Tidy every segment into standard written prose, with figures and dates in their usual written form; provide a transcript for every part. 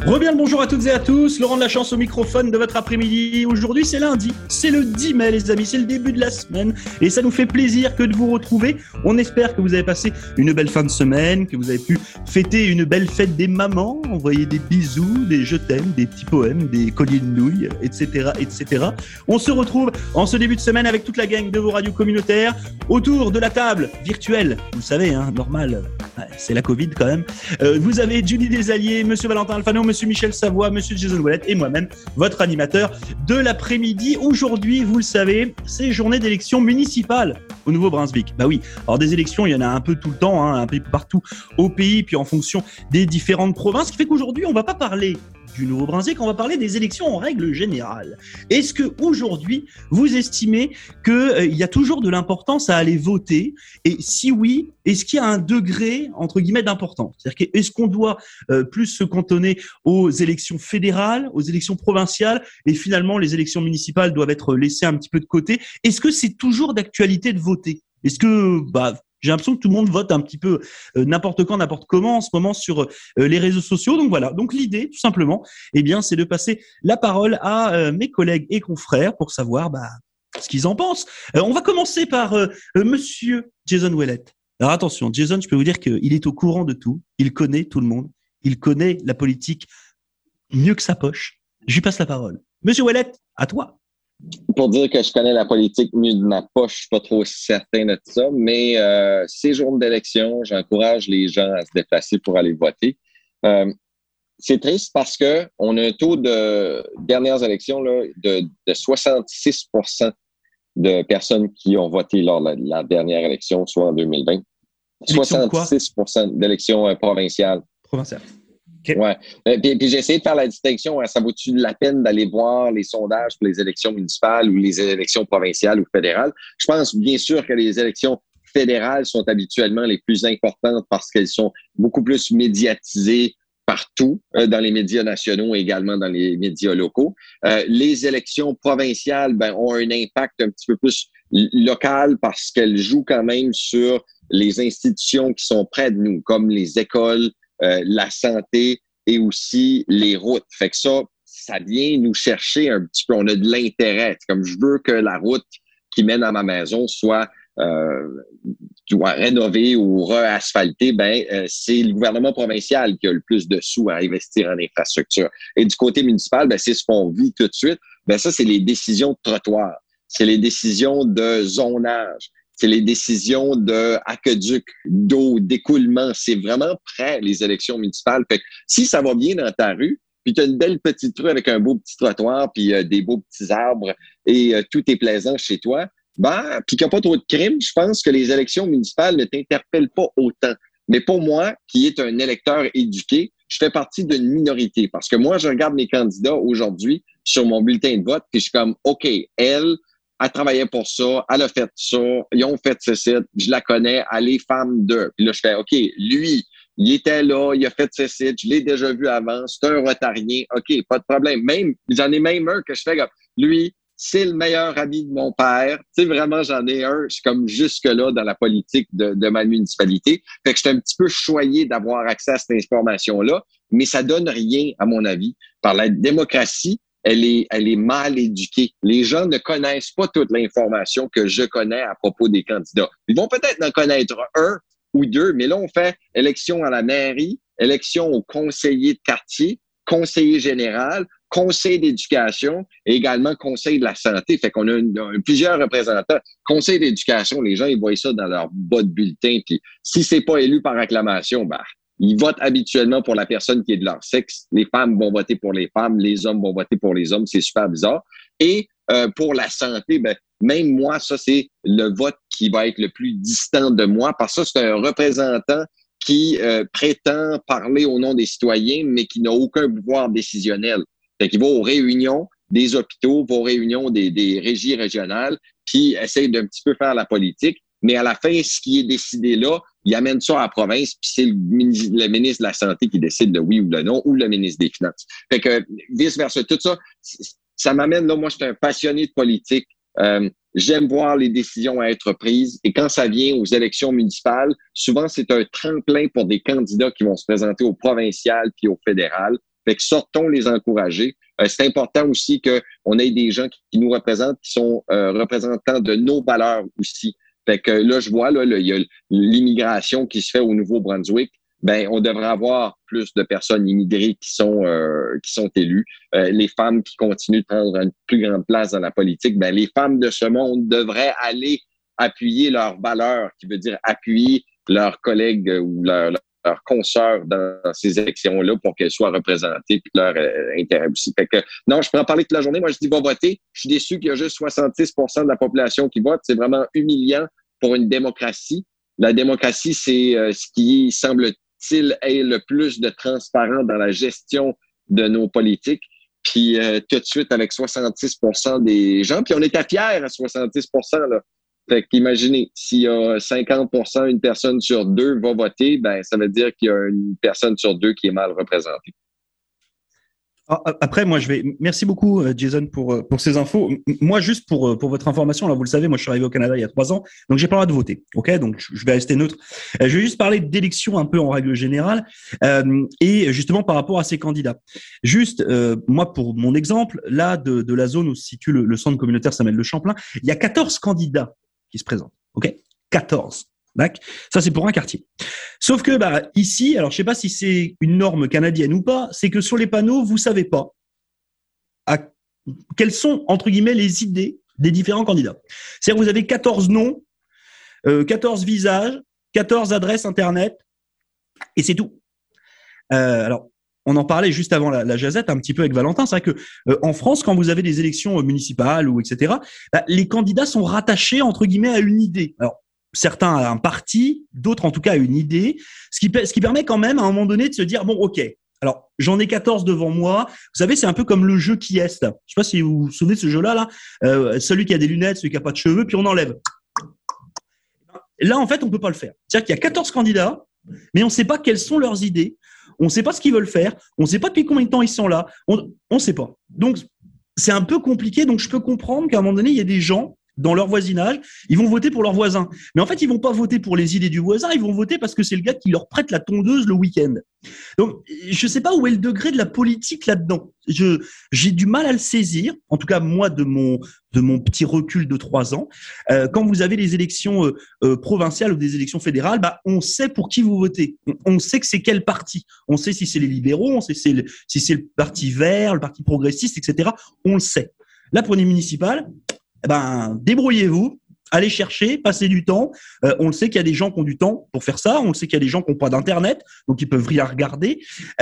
Rebien le bonjour à toutes et à tous, Laurent de la Chance au microphone de votre après-midi. Aujourd'hui c'est lundi, c'est le 10 mai les amis, c'est le début de la semaine et ça nous fait plaisir que de vous retrouver. On espère que vous avez passé une belle fin de semaine, que vous avez pu fêter une belle fête des mamans, envoyer des bisous, des je t'aime, des petits poèmes, des colliers de nouilles, etc., etc. On se retrouve en ce début de semaine avec toute la gang de vos radios communautaires autour de la table virtuelle. Vous savez, hein, normal, c'est la Covid quand même. Vous avez Julie Desalliés, Monsieur Valentin Alfano, Monsieur Michel Savoie, Monsieur Jason Ouellet et moi-même, votre animateur de l'après-midi. Aujourd'hui, vous le savez, c'est journée d'élection municipale au Nouveau-Brunswick. Bah oui, alors des élections, il y en a un peu tout le temps, hein, un peu partout au pays, puis en fonction des différentes provinces, ce qui fait qu'aujourd'hui, on va pas parler du Nouveau-Brunswick, on va parler des élections en règle générale. Est-ce que aujourd'hui, vous estimez qu'il y a toujours de l'importance à aller voter? Et si oui, est-ce qu'il y a un degré, entre guillemets, d'importance? C'est-à-dire est-ce qu'on doit plus se cantonner aux élections fédérales, aux élections provinciales, et finalement, les élections municipales doivent être laissées un petit peu de côté? Est-ce que c'est toujours d'actualité de voter? Est-ce que, j'ai l'impression que tout le monde vote un petit peu n'importe quand, n'importe comment en ce moment sur les réseaux sociaux. Donc voilà. Donc l'idée, tout simplement, c'est de passer la parole à mes collègues et confrères pour savoir ce qu'ils en pensent. On va commencer par Monsieur Jason Ouellet. Alors attention, Jason, je peux vous dire qu'il est au courant de tout. Il connaît tout le monde. Il connaît la politique mieux que sa poche. Je lui passe la parole. Monsieur Ouellet, à toi. Pour dire que je connais la politique mieux de ma poche, je suis pas trop certain de ça, mais ces jours d'élection, j'encourage les gens à se déplacer pour aller voter. C'est triste parce que on a un taux de dernières élections là, de 66% de personnes qui ont voté lors de la dernière élection, soit en 2020. Élection 66% d'élections provinciales. Provinciales. Okay. Ouais. Puis j'ai essayé de faire la distinction. Hein, ça vaut-tu la peine d'aller voir les sondages pour les élections municipales ou les élections provinciales ou fédérales? Je pense bien sûr que les élections fédérales sont habituellement les plus importantes parce qu'elles sont beaucoup plus médiatisées partout, dans les médias nationaux et également dans les médias locaux. Les élections provinciales ont un impact un petit peu plus local parce qu'elles jouent quand même sur les institutions qui sont près de nous, comme les écoles, la santé et aussi les routes. Fait que ça vient nous chercher un petit peu. On a de l'intérêt. C'est comme je veux que la route qui mène à ma maison soit rénovée ou re-asphaltée, c'est le gouvernement provincial qui a le plus de sous à investir en infrastructure. Et du côté municipal, c'est ce qu'on vit tout de suite. Ça, c'est les décisions de trottoir. C'est les décisions de zonage. C'est les décisions d'aqueduc, d'eau, d'écoulement. C'est vraiment près, les élections municipales. Fait que si ça va bien dans ta rue, puis tu as une belle petite rue avec un beau petit trottoir, puis des beaux petits arbres, et tout est plaisant chez toi, puis qu'il n'y a pas trop de crimes, je pense que les élections municipales ne t'interpellent pas autant. Mais pour moi, qui est un électeur éduqué, je fais partie d'une minorité. Parce que moi, je regarde mes candidats aujourd'hui sur mon bulletin de vote, puis je suis comme, OK, elle travaillait pour ça, elle a fait ça, ils ont fait ceci, je la connais, elle est femme d'eux. Puis là, je fais, OK, lui, il était là, il a fait ceci, je l'ai déjà vu avant, c'est un rotarien, OK, pas de problème. J'en ai même un que je fais comme, lui, c'est le meilleur ami de mon père. Tu sais, vraiment, j'en ai un, je suis comme jusque-là dans la politique de ma municipalité. Fait que je suis un petit peu choyé d'avoir accès à cette information-là, mais ça donne rien, à mon avis. Par la démocratie, elle est mal éduquée. Les gens ne connaissent pas toute l'information que je connais à propos des candidats. Ils vont peut-être en connaître un ou deux, mais là, on fait élection à la mairie, élection au conseiller de quartier, conseiller général, conseil d'éducation et également conseil de la santé. Fait qu'on a plusieurs représentants. Conseil d'éducation, les gens, ils voient ça dans leur bas de bulletin. Puis si c'est pas élu par acclamation, ils votent habituellement pour la personne qui est de leur sexe. Les femmes vont voter pour les femmes, les hommes vont voter pour les hommes. C'est super bizarre. Et pour la santé, même moi, ça, c'est le vote qui va être le plus distant de moi parce que ça, c'est un représentant qui prétend parler au nom des citoyens, mais qui n'a aucun pouvoir décisionnel. Fait qu'il va aux réunions des hôpitaux, va aux réunions des régies régionales, puis essaye d'un petit peu faire la politique. Mais à la fin, ce qui est décidé là, il amène ça à la province, puis c'est le ministre de la Santé qui décide de oui ou de non, ou le ministre des Finances. Fait que vice-versa, tout ça, ça m'amène là, moi, je suis un passionné de politique. J'aime voir les décisions à être prises. Et quand ça vient aux élections municipales, souvent, c'est un tremplin pour des candidats qui vont se présenter au provincial puis au fédéral. Fait que sortons les encourager. C'est important aussi qu'on ait des gens qui nous représentent, qui sont représentants de nos valeurs aussi. Fait que là, je vois, là, il y a l'immigration qui se fait au Nouveau-Brunswick. Ben, on devrait avoir plus de personnes immigrées qui sont élues. Les femmes qui continuent de prendre une plus grande place dans la politique, ben, les femmes de ce monde devraient aller appuyer leurs valeurs, qui veut dire appuyer leurs collègues ou leurs consoeurs dans ces élections-là pour qu'elles soient représentées puis leur intérêt aussi. Fait que, non, je pourrais en parler toute la journée. Moi, je dis va voter. Je suis déçu qu'il y a juste 66% de la population qui vote. C'est vraiment humiliant pour une démocratie. La démocratie, c'est ce qui semble-t-il est le plus de transparent dans la gestion de nos politiques. Puis tout de suite, avec 66% des gens, puis on était fiers à 70%, là. Fait qu'imaginez, s'il y a 50%, une personne sur deux va voter, ben ça veut dire qu'il y a une personne sur deux qui est mal représentée. Après, moi, merci beaucoup, Jason, pour ces infos. Moi, juste pour votre information, là, vous le savez, moi, je suis arrivé au Canada il y a 3 ans, donc j'ai pas le droit de voter. Ok, donc je vais rester neutre. Je vais juste parler d'élections un peu en règle générale, et justement par rapport à ces candidats. Juste, moi, pour mon exemple, là, de la zone où se situe le centre communautaire Samuel Le Champlain, il y a 14 candidats qui se présentent. Ok, 14. D'accord. Ça, c'est pour un quartier. Sauf que ici, alors je sais pas si c'est une norme canadienne ou pas, c'est que sur les panneaux, vous savez pas quelles sont, entre guillemets, les idées des différents candidats. C'est-à-dire que vous avez 14 noms, 14 visages, 14 adresses Internet, et c'est tout. Alors, on en parlait juste avant la jazette un petit peu avec Valentin. C'est vrai que en France, quand vous avez des élections municipales ou etc., les candidats sont rattachés, entre guillemets, à une idée. Alors, certains à un parti, d'autres en tout cas à une idée, ce qui permet quand même à un moment donné de se dire, bon, ok, alors j'en ai 14 devant moi, vous savez, c'est un peu comme le jeu qui est. Je sais pas si vous vous souvenez de ce jeu-là, celui qui a des lunettes, celui qui a pas de cheveux, puis on enlève. Là, en fait, on peut pas le faire. C'est-à-dire qu'il y a 14 candidats, mais on sait pas quelles sont leurs idées, on sait pas ce qu'ils veulent faire, on sait pas depuis combien de temps ils sont là, on sait pas. Donc, c'est un peu compliqué, donc je peux comprendre qu'à un moment donné, il y a des gens dans leur voisinage, ils vont voter pour leur voisin. Mais en fait, ils vont pas voter pour les idées du voisin, ils vont voter parce que c'est le gars qui leur prête la tondeuse le week-end. Donc, je sais pas où est le degré de la politique là-dedans. J'ai du mal à le saisir, en tout cas moi de mon petit recul de 3 ans. Quand vous avez les élections provinciales ou des élections fédérales, on sait pour qui vous votez. On sait que c'est quel parti. On sait si c'est les libéraux, on sait si c'est le parti vert, le parti progressiste, etc. On le sait. Là, pour les municipales, débrouillez-vous, allez chercher, passez du temps. On le sait qu'il y a des gens qui ont du temps pour faire ça. On le sait qu'il y a des gens qui n'ont pas d'internet, donc ils peuvent rien regarder.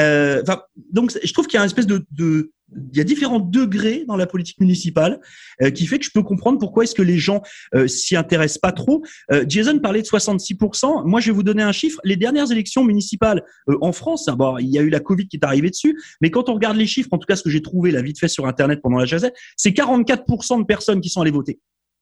Donc je trouve qu'il y a une espèce il y a différents degrés dans la politique municipale qui fait que je peux comprendre pourquoi est-ce que les gens s'y intéressent pas trop. Jason parlait de 66%. Moi, je vais vous donner un chiffre. Les dernières élections municipales en France, il y a eu la Covid qui est arrivée dessus, mais quand on regarde les chiffres, en tout cas ce que j'ai trouvé là vite fait sur Internet pendant la jazette, c'est 44% de personnes qui sont allées voter.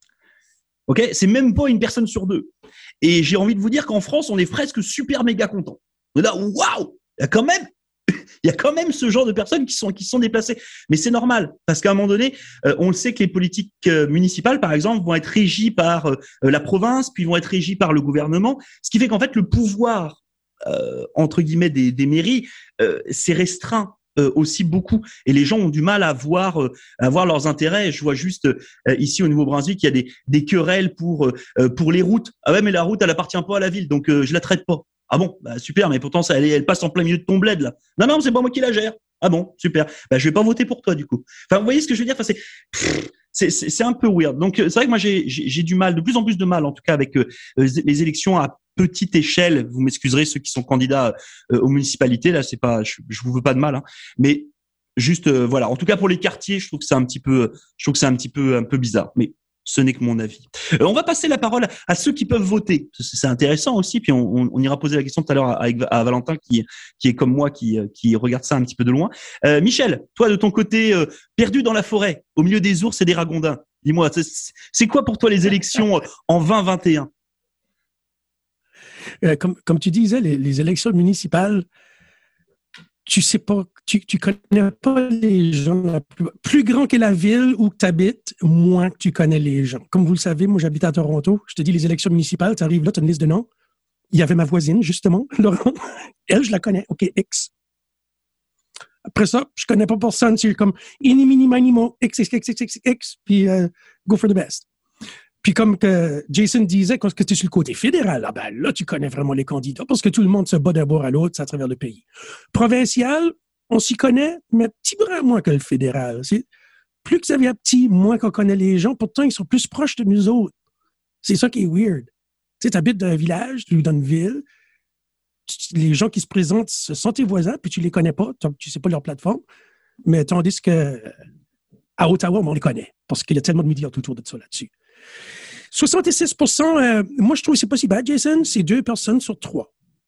Ok, c'est même pas une personne sur deux. Et j'ai envie de vous dire qu'en France, on est presque super méga content. On est là, waouh, il y a quand même ce genre de personnes qui sont déplacées. Mais c'est normal, parce qu'à un moment donné, on le sait que les politiques municipales, par exemple, vont être régies par la province, puis vont être régies par le gouvernement, ce qui fait qu'en fait, le pouvoir, entre guillemets, des mairies, c'est restreint. Aussi beaucoup, et les gens ont du mal à voir leurs intérêts. Je vois juste ici au Nouveau-Brunswick, il y a des querelles pour les routes. Ah ouais, mais la route elle appartient pas à la ville, donc je la traite pas. Ah bon, super, mais pourtant ça elle passe en plein milieu de ton bled là. Non, c'est pas moi qui la gère. Ah bon, super. Je vais pas voter pour toi du coup. Enfin, vous voyez ce que je veux dire. Enfin, c'est un peu weird. Donc c'est vrai que moi j'ai du mal, de plus en plus de mal en tout cas avec les élections à petite échelle. Vous m'excuserez ceux qui sont candidats aux municipalités là, c'est pas, je vous veux pas de mal, hein, mais juste voilà. En tout cas pour les quartiers, je trouve que c'est un petit peu bizarre, mais ce n'est que mon avis. On va passer la parole à ceux qui peuvent voter. C'est intéressant aussi. Puis on ira poser la question tout à l'heure à Valentin qui est comme moi, qui regarde ça un petit peu de loin. Michel, toi de ton côté, perdu dans la forêt, au milieu des ours et des ragondins. Dis-moi, c'est quoi pour toi les élections en 2021 ? Comme tu disais, les élections municipales, tu sais pas, tu connais pas les gens. Plus grand que la ville où tu habites, moins que tu connais les gens. Comme vous le savez, moi j'habite à Toronto. Je te dis, les élections municipales, tu arrives là, tu as une liste de noms. Il y avait ma voisine, justement, Laurent. Elle, je la connais. OK, X. Après ça, je connais pas personne. C'est comme ini, mini, mini, mo, x, puis go for the best. Puis comme que Jason disait, quand tu es sur le côté fédéral, là, tu connais vraiment les candidats parce que tout le monde se bat d'un bord à l'autre à travers le pays. Provincial, on s'y connaît, mais petit brin moins que le fédéral. Plus que ça vient petit, moins qu'on connaît les gens. Pourtant, ils sont plus proches de nous autres. C'est ça qui est weird. Tu sais, tu habites dans un village, dans une ville, les gens qui se présentent sont tes voisins, puis tu les connais pas, tu sais pas leur plateforme, mais tandis que à Ottawa, on les connaît, parce qu'il y a tellement de médias autour de ça là-dessus. 66%, moi, je trouve que c'est pas si bad, Jason. C'est 2 personnes sur 3.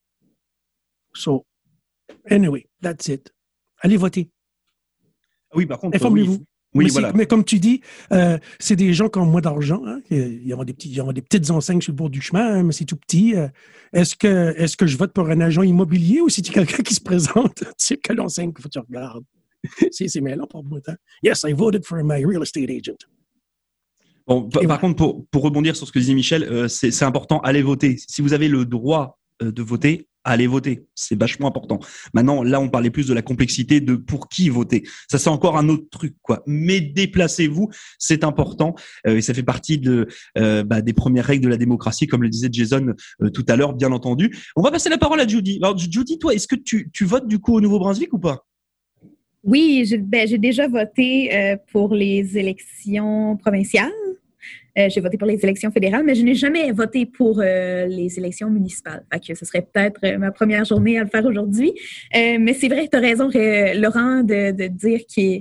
So, anyway, that's it. Allez voter. Oui, par contre, informez-vous. Oui, mais, voilà. Mais comme tu dis, c'est des gens qui ont moins d'argent. Hein? Ils ont des petites enseignes sur le bord du chemin, hein, mais c'est tout petit. Est-ce que je vote pour un agent immobilier ou si tu es quelqu'un qui se présente? Tu sais quelle enseigne qu'il faut que tu regardes. c'est mêlant pour moi. Hein? Yes, I voted for my real estate agent. Bon, par contre, pour rebondir sur ce que disait Michel, c'est important, allez voter. Si vous avez le droit de voter, allez voter. C'est vachement important. Maintenant, là, on parlait plus de la complexité de pour qui voter. Ça, c'est encore un autre truc, quoi. Mais déplacez-vous, c'est important. Et ça fait partie des premières règles de la démocratie, comme le disait Jason tout à l'heure, bien entendu. On va passer la parole à Judy. Alors, Judy, toi, est-ce que tu votes du coup au Nouveau-Brunswick ou pas? Oui, j'ai déjà voté pour les élections provinciales. J'ai voté pour les élections fédérales, mais je n'ai jamais voté pour les élections municipales. Fait que ce serait peut-être ma première journée à le faire aujourd'hui. Mais c'est vrai, tu as raison, Laurent, de dire qu'il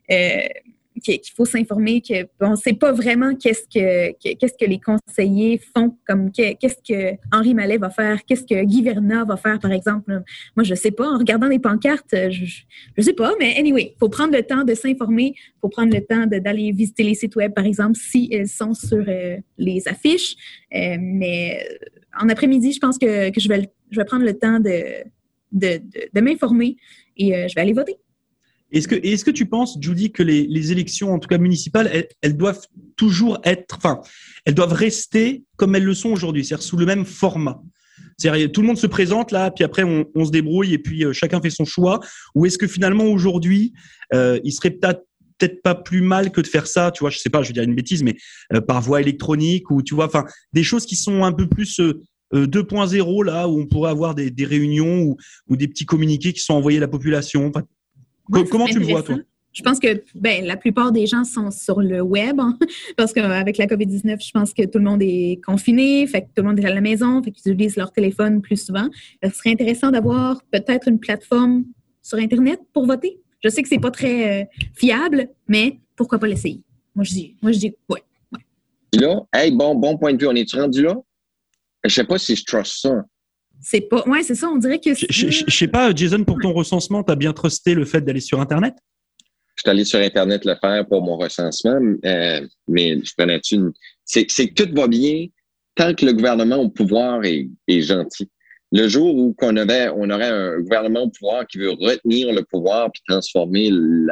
faut s'informer, qu'on ne sait pas vraiment qu'est-ce que les conseillers font, comme qu'est-ce que Henri Mallet va faire, qu'est-ce que Guy Verna va faire, par exemple. Moi, je ne sais pas. En regardant les pancartes, je ne sais pas, mais anyway, il faut prendre le temps de s'informer, il faut prendre le temps d'aller visiter les sites web, par exemple, si elles sont sur les affiches. Mais en après-midi, je pense que je vais prendre le temps de m'informer et je vais aller voter. Est-ce que tu penses, Judy, que les élections, en tout cas municipales, elles doivent toujours elles doivent rester comme elles le sont aujourd'hui, c'est-à-dire sous le même format? C'est-à-dire tout le monde se présente là, puis après on se débrouille et puis chacun fait son choix. Ou est-ce que finalement aujourd'hui, il serait peut-être pas plus mal que de faire ça, tu vois, je sais pas, je vais dire une bêtise, mais par voie électronique ou tu vois, enfin des choses qui sont un peu plus 2.0 là, où on pourrait avoir des réunions ou des petits communiqués qui sont envoyés à la population. Enfin, comment tu le vois, toi? Je pense que la plupart des gens sont sur le web, hein, parce qu'avec la COVID-19, je pense que tout le monde est confiné, fait que tout le monde est à la maison, fait qu'ils utilisent leur téléphone plus souvent. Ce serait intéressant d'avoir peut-être une plateforme sur Internet pour voter. Je sais que c'est pas très fiable, mais pourquoi pas l'essayer? Moi, je dis ouais. Là, bon point de vue. On est-tu rendu là? Je sais pas si je trust ça. C'est pas. Ouais, c'est ça, on dirait que. Je sais pas, Jason, pour ton recensement, tu as bien trusté le fait d'aller sur Internet? Je suis allé sur Internet le faire pour mon recensement, mais je prenais-tu une. C'est que tout va bien tant que le gouvernement au pouvoir est gentil. Le jour où on aurait un gouvernement au pouvoir qui veut retenir le pouvoir puis transformer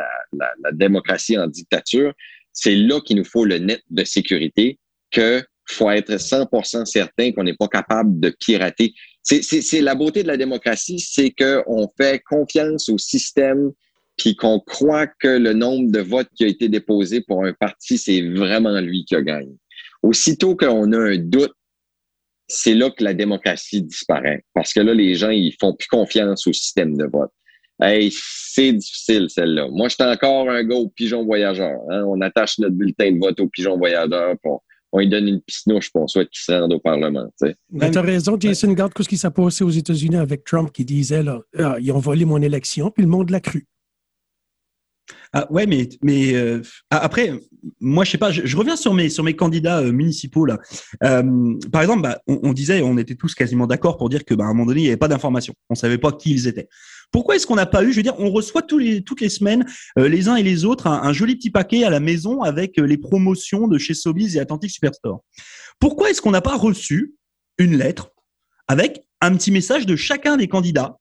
la démocratie en dictature, c'est là qu'il nous faut le net de sécurité, que faut être 100% certain qu'on n'est pas capable de pirater. C'est la beauté de la démocratie, c'est qu'on fait confiance au système puis qu'on croit que le nombre de votes qui a été déposé pour un parti, c'est vraiment lui qui a gagné. Aussitôt qu'on a un doute, c'est là que la démocratie disparaît. Parce que là, les gens, ils font plus confiance au système de vote. Hey, c'est difficile, celle-là. Moi, j'étais encore un gars au pigeon voyageur. Hein? On attache notre bulletin de vote au pigeon voyageur, puis on lui donne une pisnouche, puis on souhaite qu'il se rende au Parlement. Tu as raison, Jason. Regarde ce qui s'est passé aux États-Unis avec Trump qui disait, là, ils ont volé mon élection, puis le monde l'a cru. Ah, ouais, mais après, moi, je sais pas, je reviens sur mes candidats municipaux là. Par exemple, on disait, on était tous quasiment d'accord pour dire que, à un moment donné, il n'y avait pas d'informations. On savait pas qui ils étaient. Pourquoi est-ce qu'on n'a pas eu, je veux dire, on reçoit toutes les semaines, les uns et les autres, un joli petit paquet à la maison avec les promotions de chez Sobeys et Atlantic Superstore. Pourquoi est-ce qu'on n'a pas reçu une lettre avec un petit message de chacun des candidats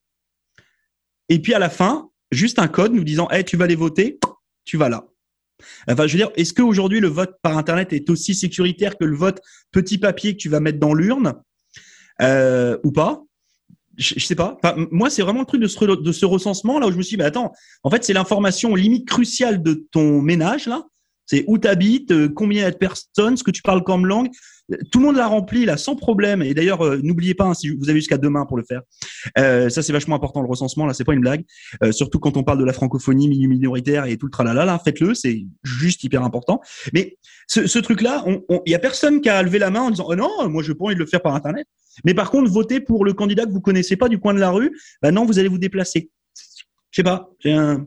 et puis à la fin, juste un code nous disant hey, tu vas aller voter, tu vas là. Enfin, je veux dire, est-ce qu'aujourd'hui le vote par Internet est aussi sécuritaire que le vote petit papier que tu vas mettre dans l'urne ou pas? je sais pas. Enfin, moi, c'est vraiment le truc de ce recensement là où je me suis dit, bah, attends, en fait, c'est l'information limite cruciale de ton ménage là. C'est où t'habites, combien il y a de personnes, ce que tu parles comme langue. Tout le monde l'a rempli là sans problème. Et d'ailleurs, n'oubliez pas, hein, si vous avez jusqu'à demain pour le faire. Ça, c'est vachement important le recensement. Là, c'est pas une blague. Surtout quand on parle de la francophonie minoritaire et tout le tralala. Là, faites-le. C'est juste hyper important. Mais ce truc-là, il y a personne qui a levé la main en disant oh non, moi je pas envie de le faire par internet. Mais par contre, votez pour le candidat que vous connaissez pas du coin de la rue. Bah non, vous allez vous déplacer. Je sais pas. J'ai un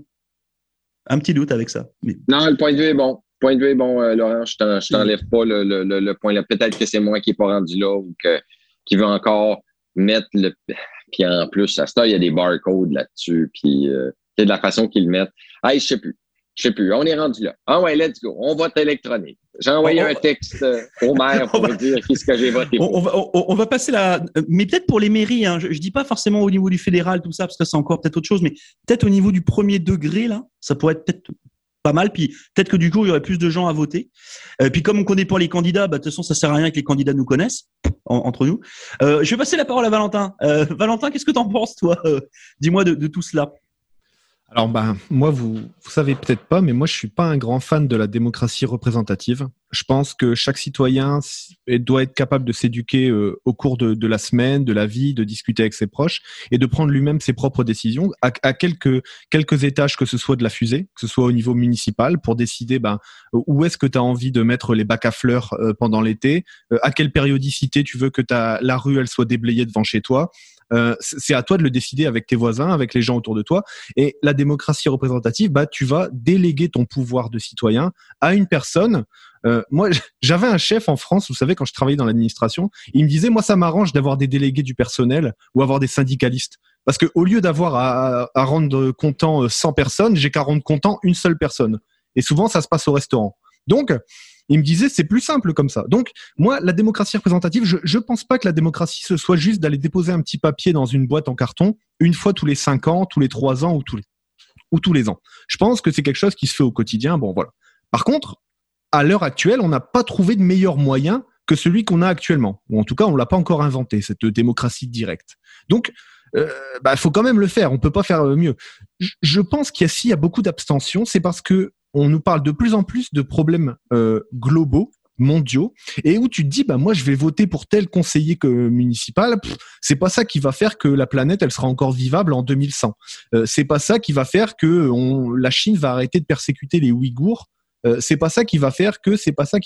petit doute avec ça. Mais... Non, le point de vue est bon. Point de vue est bon, Laurent. Je t'enlève pas le point là. Peut-être que c'est moi qui n'est pas rendu là ou qui veut encore mettre le. Puis en plus, à ce temps, il y a des barcodes là-dessus. Puis c'est de la façon qu'ils le mettent. Hey, je sais plus. On est rendu là. Ah ouais, let's go. On vote électronique. J'ai envoyé un texte au maire pour dire qu'est-ce que j'ai voté. On va passer là. Mais peut-être pour les mairies, hein. Je dis pas forcément au niveau du fédéral, tout ça, parce que c'est encore peut-être autre chose, mais peut-être au niveau du premier degré, là, ça pourrait être peut-être pas mal, puis peut-être que du coup il y aurait plus de gens à voter. Puis comme on connaît pas les candidats, bah de toute façon ça sert à rien que les candidats nous connaissent entre nous. Je vais passer la parole à Valentin. Valentin, qu'est-ce que t'en penses toi dis-moi de tout cela. Alors moi vous savez peut-être pas, mais moi je suis pas un grand fan de la démocratie représentative. Je pense que chaque citoyen doit être capable de s'éduquer au cours de la semaine, de la vie, de discuter avec ses proches et de prendre lui-même ses propres décisions à quelques étages que ce soit de la fusée, que ce soit au niveau municipal pour décider où est-ce que tu as envie de mettre les bacs à fleurs pendant l'été, à quelle périodicité tu veux que la rue elle soit déblayée devant chez toi. C'est à toi de le décider avec tes voisins, avec les gens autour de toi. Et la démocratie représentative, tu vas déléguer ton pouvoir de citoyen à une personne. Moi, j'avais un chef en France, vous savez, quand je travaillais dans l'administration, il me disait, moi, ça m'arrange d'avoir des délégués du personnel ou avoir des syndicalistes. Parce que au lieu d'avoir à rendre comptant 100 personnes, j'ai qu'à rendre comptant une seule personne. Et souvent, ça se passe au restaurant. Donc, il me disait, c'est plus simple comme ça. Donc, moi, la démocratie représentative, je pense pas que la démocratie, ce soit juste d'aller déposer un petit papier dans une boîte en carton une fois tous les 5 ans, tous les 3 ans ou tous les ans. Je pense que c'est quelque chose qui se fait au quotidien. Bon, voilà. Par contre, à l'heure actuelle, on n'a pas trouvé de meilleur moyen que celui qu'on a actuellement. Ou en tout cas, on l'a pas encore inventé, cette démocratie directe. Donc, faut quand même le faire. On peut pas faire mieux. Je pense s'il y a beaucoup d'abstention, c'est parce que on nous parle de plus en plus de problèmes globaux, mondiaux, et où tu te dis, moi, je vais voter pour tel conseiller municipal. C'est pas ça qui va faire que la planète, elle sera encore vivable en 2100. C'est pas ça qui va faire que la Chine va arrêter de persécuter les Ouïghours. C'est pas ça qui va faire que,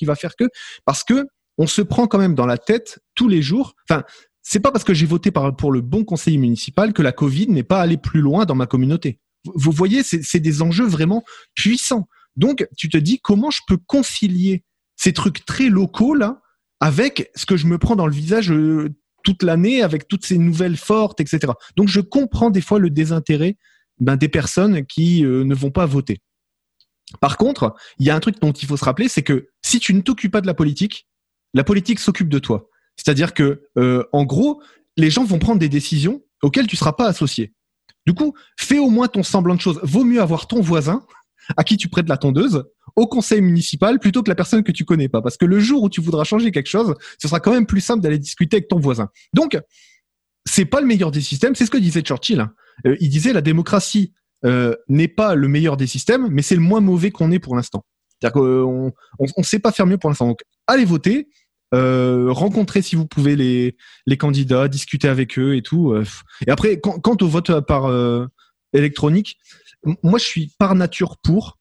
parce que on se prend quand même dans la tête tous les jours. Enfin, c'est pas parce que j'ai voté pour le bon conseiller municipal que la Covid n'est pas allée plus loin dans ma communauté. Vous voyez, c'est des enjeux vraiment puissants. Donc, tu te dis, comment je peux concilier ces trucs très locaux là avec ce que je me prends dans le visage toute l'année, avec toutes ces nouvelles fortes, etc. Donc, je comprends des fois le désintérêt des personnes qui ne vont pas voter. Par contre, il y a un truc dont il faut se rappeler, c'est que si tu ne t'occupes pas de la politique s'occupe de toi. C'est-à-dire que, en gros, les gens vont prendre des décisions auxquelles tu ne seras pas associé. Du coup, fais au moins ton semblant de choses. Vaut mieux avoir ton voisin à qui tu prêtes la tondeuse au conseil municipal plutôt que la personne que tu connais pas. Parce que le jour où tu voudras changer quelque chose, ce sera quand même plus simple d'aller discuter avec ton voisin. Donc, c'est pas le meilleur des systèmes. C'est ce que disait Churchill. Il disait la démocratie n'est pas le meilleur des systèmes, mais c'est le moins mauvais qu'on ait pour l'instant. C'est-à-dire qu'on on sait pas faire mieux pour l'instant. Donc, allez voter. Rencontrer si vous pouvez les candidats, discuter avec eux et tout. Et après, quant au vote par électronique, moi je suis par nature pour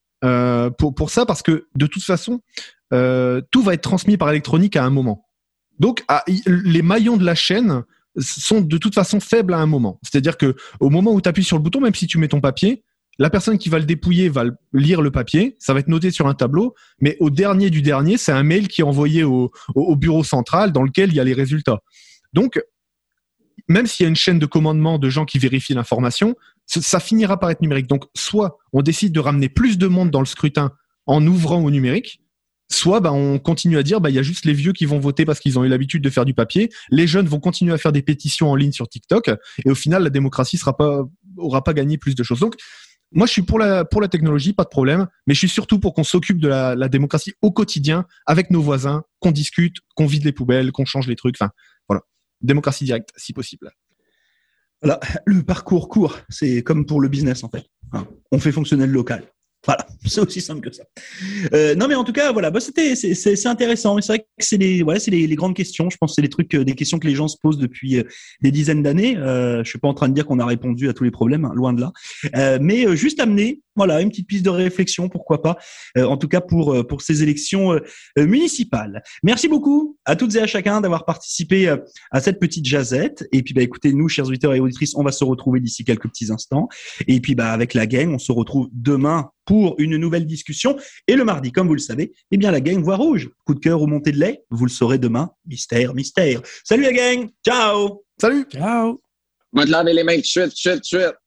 ça parce que de toute façon, tout va être transmis par électronique à un moment. Donc les maillons de la chaîne sont de toute façon faibles à un moment. C'est-à-dire que au moment où tu appuies sur le bouton, même si tu mets ton papier, la personne qui va le dépouiller va lire le papier, ça va être noté sur un tableau, mais au dernier du dernier, c'est un mail qui est envoyé au bureau central dans lequel il y a les résultats. Donc, même s'il y a une chaîne de commandement de gens qui vérifient l'information, ça finira par être numérique. Donc, soit on décide de ramener plus de monde dans le scrutin en ouvrant au numérique, soit on continue à dire il y a juste les vieux qui vont voter parce qu'ils ont eu l'habitude de faire du papier, les jeunes vont continuer à faire des pétitions en ligne sur TikTok, et au final, la démocratie aura pas gagné plus de choses. Donc, moi, je suis pour la technologie, pas de problème, mais je suis surtout pour qu'on s'occupe de la démocratie au quotidien avec nos voisins, qu'on discute, qu'on vide les poubelles, qu'on change les trucs. Enfin, voilà. Démocratie directe, si possible. Voilà, le parcours court, c'est comme pour le business en fait. Hein, on fait fonctionner le local. Voilà, c'est aussi simple que ça. Non, mais en tout cas, voilà, bah, c'est intéressant. C'est vrai que c'est les grandes questions. Je pense que c'est les trucs, des questions que les gens se posent depuis des dizaines d'années. Je suis pas en train de dire qu'on a répondu à tous les problèmes, hein, loin de là. Mais juste amener, voilà, une petite piste de réflexion, pourquoi pas. En tout cas pour ces élections municipales. Merci beaucoup à toutes et à chacun d'avoir participé à cette petite jazette. Et puis, bah, écoutez, nous, chers auditeurs et auditrices, on va se retrouver d'ici quelques petits instants. Et puis, bah, avec la gang, on se retrouve demain pour une nouvelle discussion. Et le mardi, comme vous le savez, eh bien, la gang voit rouge. Coup de cœur ou montée de lait, vous le saurez demain. Mystère, mystère. Salut la gang. Ciao. Salut. Ciao. Va te laver les mains tout de suite.